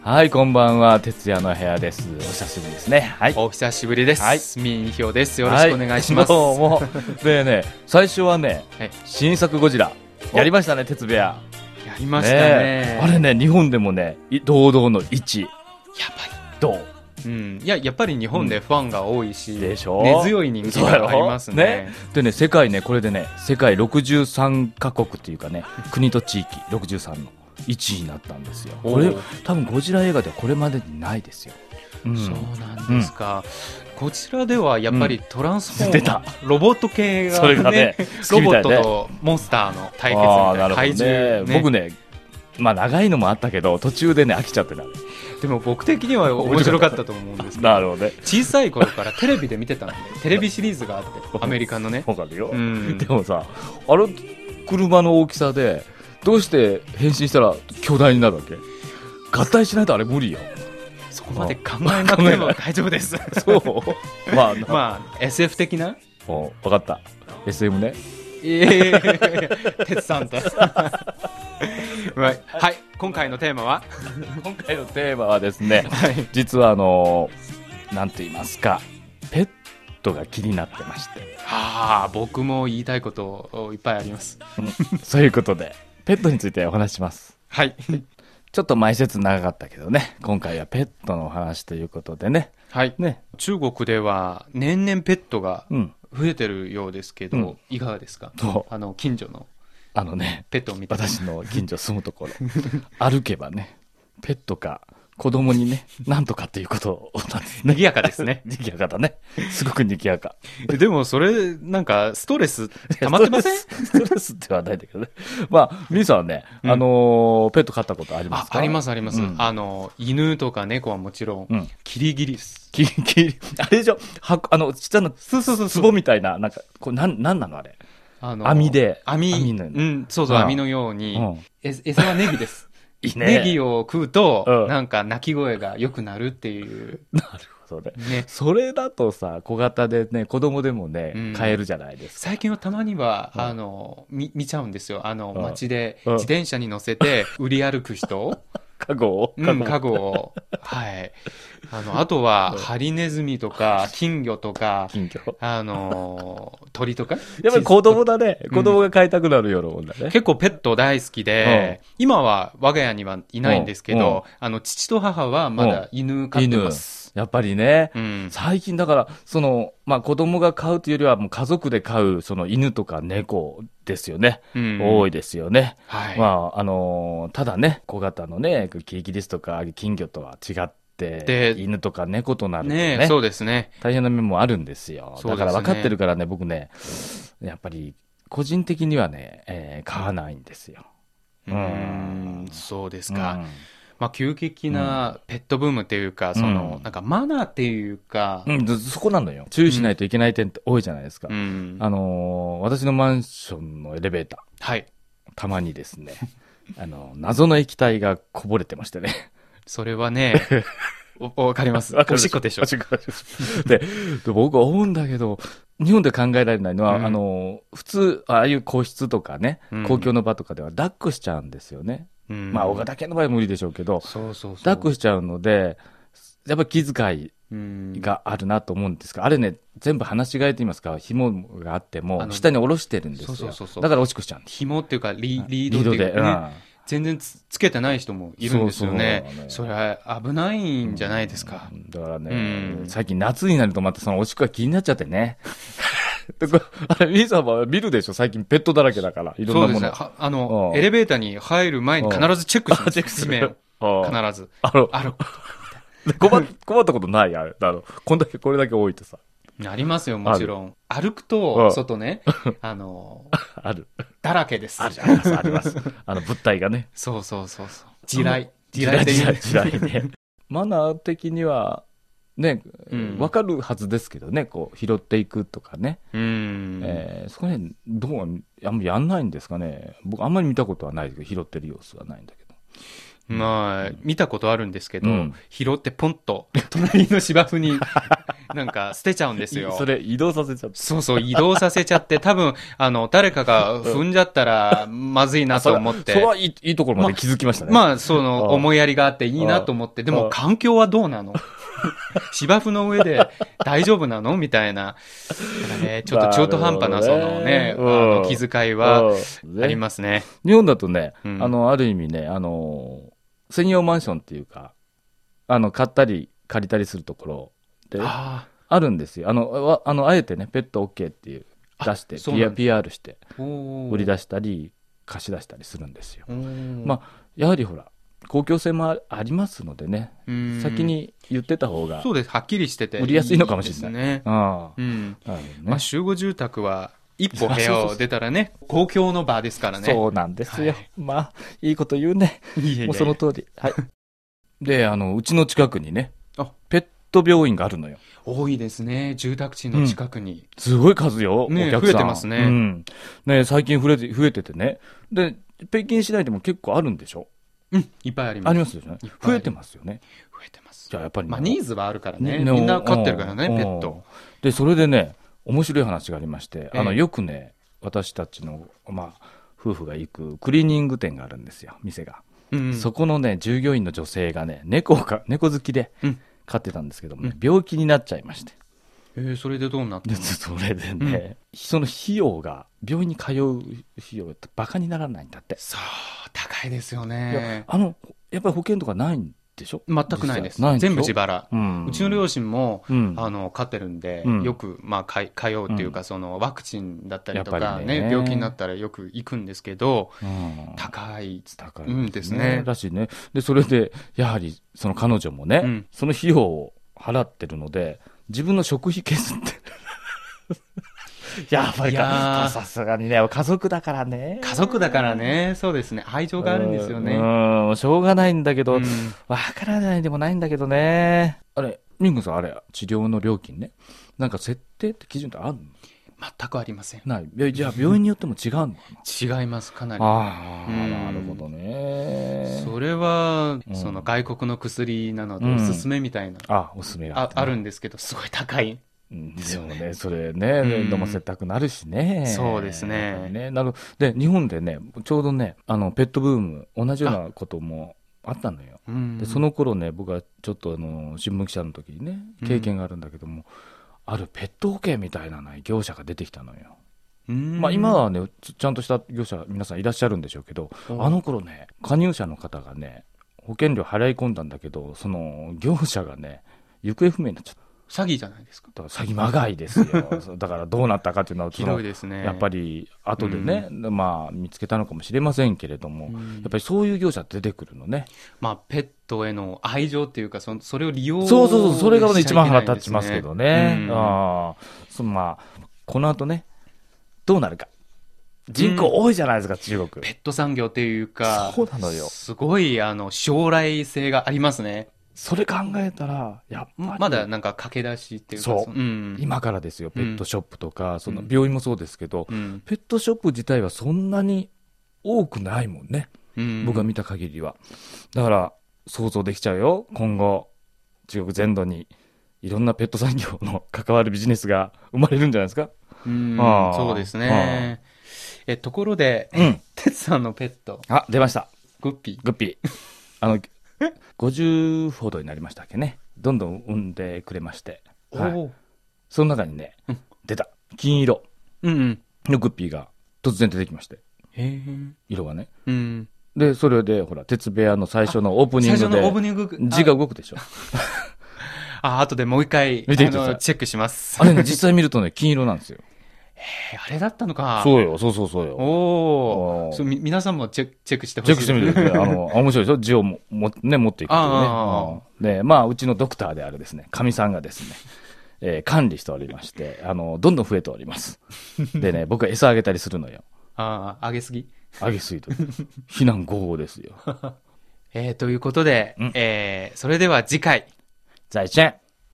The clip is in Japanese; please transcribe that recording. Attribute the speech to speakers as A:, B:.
A: はい、こんばんは。哲也の部屋です。お久しぶりですね。はい。
B: お久しぶりです。
A: はい。
B: 民票です。よろしくお願いします。
A: はい、どうも。でね、最初はね、
B: はい、
A: 新作ゴジラ。やりましたね、哲部屋。
B: やりましたね。
A: あれね、日本でもね、堂々の1位。
B: やばい。
A: どう？
B: うん、やっぱり日本でファンが多いし、
A: でしょ、
B: 根強い人気がありますね。
A: でね、世界ね、これでね、世界63カ国っていうかね、国と地域63の1位になったんですよ。これ多分ゴジラ映画ではこれまでにないですよ。
B: そうなんですか。こちらではやっぱりトランスフォーマー、ロボット系が ね、ロボットとモンスターの対決みたいな怪獣、
A: 僕ね、まあ長いのもあったけど途中でね飽きちゃってた。
B: でも僕的には面白かったと思うんですけど
A: なるほど、ね、
B: 小さい頃からテレビで見てたんでテレビシリーズがあってアメリカのね。
A: わかるよ、でもさ、あの車の大きさでどうして変身したら巨大になるわけ？合体しないとあれ無理よ。
B: そこまで考えなくても大丈夫です。
A: そうま
B: あ SF 的な。
A: 分かった、 SM ね。
B: 鉄さんとはい、今回のテーマは
A: ですね、はい、実はなんて言いますか、ペットが気になってまして。
B: 僕も言いたいこといっぱいあります。
A: そういうことでペットについてお話します。
B: はい。
A: ちょっと前説長かったけどね、今回はペットのお話ということでね。
B: はいね。中国では年々ペットが増えてるようですけど、いかがですか？近所のペットを見て。
A: 私の近所住むところ歩けばね、ペットか子供にね、なんとかっていうことなんですね。
B: 賑やかですね。
A: 賑やかだね。すごく賑やか。
B: でもそれなんかストレス溜まってません？
A: ストレスってはないんだけどね。まあミーさんはね、ペット飼ったことありますか？
B: ありますあります。犬とか猫はもちろん、キリギリス。
A: あれでしょ、ちっちゃな壺みたいな、なんかこれなんなのあれ？網で。網
B: そうそう、網のように。餌はネギです。ネギを食うと、なんか鳴き声が良くなるっていう。
A: なるほどね。それだとさ、小型でね、子供でもね、買えるじゃないですか。
B: 最近はたまには、見ちゃうんですよ。街で自転車に乗せて売り歩く人。
A: カゴを。
B: はい。あとは、ハリネズミとか、金魚とか、鳥とか。
A: やっぱり子供だね。子供が飼いたくなるようなもんだね。
B: 結構ペット大好きで、今は我が家にはいないんですけど、父と母はまだ犬飼ってます。
A: やっぱりね、最近だから、子供が飼うというよりは、もう家族で飼う、犬とか猫ですよね。多いですよね。はい。ただね、小型のね、キリギリスとか金魚とは違って、犬とか猫となるとね、
B: そうですね。
A: 大変な面もあるんですよ。だから分かってるからね、僕ね、やっぱり、個人的にはね、飼わないんですよ。
B: そうですか。急激なペットブームっていうか、なんかマナーっていうか、
A: そこなのよ。注意しないといけない点って多いじゃないですか。私のマンションのエレベーター。
B: はい。
A: たまにですね、謎の液体がこぼれてましてね。
B: それはね、わかります。おしっこでしょ。
A: で、僕思うんだけど、日本で考えられないのは、普通、ああいう個室とかね、公共の場とかでは抱っこしちゃうんですよね。大型犬の場合は無理でしょうけど、抱っこしちゃうので、やっぱり気遣いがあるなと思うんですが、あれね、全部放し飼いと言いますか、紐があっても、下に下ろしてるんですよ。だからおしっこしちゃうんです。
B: 紐っていうか、リードっていうかね、全然つけてない人もいるんですよね。それは危ないんじゃないですか。
A: だからね、最近夏になるとまたそのおしっこが気になっちゃってね。あれ、ミーさんは見るでしょ、最近ペットだらけだから、いろんなもの。
B: そうですね。エレベーターに入る前に必ずチェックします。地面を。必ず。ある。
A: 困ったことない？これだけ多いとさ。
B: ありますよ、もちろん。歩くと、外ね、
A: ある。
B: だらけです。
A: あります。物体がね。
B: そう。地雷
A: ね。マナー的には、ね、わかるはずですけどね、こう、拾っていくとかね。そこね、あんまりやんないんですかね。僕、あんまり見たことはないけど、拾ってる様子はないんだけど。
B: 見たことあるんですけど、拾ってポンと、隣の芝生になんか捨てちゃうんですよ。
A: それ移動させちゃった。
B: そうそう、移動させちゃって、多分、誰かが踏んじゃったらまずいなと思って。
A: それはいいところまで気づきましたね。
B: まあ、思いやりがあっていいなと思って、でも環境はどうなの芝生の上で大丈夫なのみたいな。ちょっと中途半端な気遣いはありますね。
A: 日本だとね、ある意味ね、専用マンションっていうか、買ったり借りたりするところで、あるんですよ。あえてね、ペット OK っていう、出して、PR して、売り出したり、貸し出したりするんですよ。まあ、やはりほら、公共性もありますのでね、先に言ってた方が、
B: そうです、はっきりしてて、
A: 売りやすいのかもしれない。
B: まあ、集合住宅は、一歩部屋を出たらね、公共の場ですからね。
A: そうなんですよ。まあ、いいこと言うね。もうその通り。はい。で、うちの近くにね、ペット病院があるのよ。
B: 多いですね、住宅地の近くに。
A: すごい数よ、お客さん。
B: 増えてますね。
A: ね、最近増えててね。で、北京市内でも結構あるんでしょ？
B: いっぱいあります。
A: ありますよね。増えてますよね。
B: 増えてます。
A: じゃあやっぱり
B: まあニーズはあるからね。みんな飼ってるからね、ペット。
A: で、それでね、面白い話がありまして、よくね、私たちの、まあ、夫婦が行くクリーニング店があるんですよ、店が。そこのね、従業員の女性がね、猫好きで飼ってたんですけどもね、病気になっちゃいまして。
B: それでどうなったの？
A: それでね、その費用が、病院に通う費用ってバカにならないんだって。
B: そう、高いですよね。
A: やっぱり保険とかないんでしょ？
B: 全くないです。全部自腹。うちの両親も、飼ってるんで、よく、まあ、通うっていうか、ワクチンだったりとかね、病気になったらよく行くんですけど、高いですね。
A: らしいね。で、それで、やはり、その彼女もね、その費用を払ってるので、自分の食費削ってやっぱりさすがにね、家族だからね。
B: 家族だからね、そうですね。愛情があるんですよね。
A: しょうがないんだけど、わからないでもないんだけどね。あれ、ミングさん、治療の料金ね。なんか設定って基準ってあるの？
B: 全くありません。
A: ない。じゃあ、病院によっても違うのか
B: な？違います、かなり。
A: なるほどね。
B: それは、外国の薬なので、おすすめみたいな。
A: おすすめが
B: あるんですけど、すごい高い。
A: ですよね。それね、飲ませたくなるしね。
B: そうですね。
A: で、日本でね、ちょうどね、ペットブーム、同じようなこともあったのよ。で、その頃ね、僕はちょっと新聞記者の時にね、経験があるんだけども、あるペット保険みたいな業者が出てきたのよ。まあ今はね、ちゃんとした業者、皆さんいらっしゃるんでしょうけど、あの頃ね、加入者の方がね、保険料払い込んだんだけど、その業者がね、行方不明になっちゃった。
B: 詐欺じゃないですか。
A: だから詐欺まがいですよ。だからどうなったかっていうのは、
B: ひどいですね。
A: やっぱり後でね、まあ見つけたのかもしれませんけれども、やっぱりそういう業者出てくるのね。
B: まあペットへの愛情っていうか、それを利用
A: そう、それがね、一番腹立ちますけどね。まあ、この後ね、どうなるか。人口多いじゃないですか、中国。
B: ペット産業っていうか、
A: そうなのよ。
B: すごい、将来性がありますね。
A: それ考えたら、やっぱり。
B: まだなんか駆け出しっていうか。
A: そう。今からですよ、ペットショップとか、病院もそうですけど、ペットショップ自体はそんなに多くないもんね。僕が見た限りは。だから、想像できちゃうよ。今後、中国全土に、いろんなペット産業の関わるビジネスが生まれるんじゃないですか。
B: そうですね。ところで、哲さんのペット。
A: 出ました。
B: グッピ
A: ー。50ほどになりましたっけね。どんどん産んでくれまして。その中にね、出た。金色のグッピーが突然出てきまして。色がね。で、それで、ほら、鉄部屋の最初のオープニングで。
B: 最初のオープニング。
A: 字が動くでしょ。
B: 後でもう一回、チェックします。
A: あれね、実際見るとね、金色なんですよ。
B: あれだったのか。
A: そうよ。
B: 皆さんもチェックしてほしい。
A: チェックしてみる。面白いでしょ？字を持っていくとね。で、まあ、うちのドクターであるですね、かみさんがですね、管理しておりまして、どんどん増えております。でね、僕は餌あげたりするのよ。
B: あげすぎ
A: と。非難合法ですよ。
B: ということで、それでは次回。
A: 再见。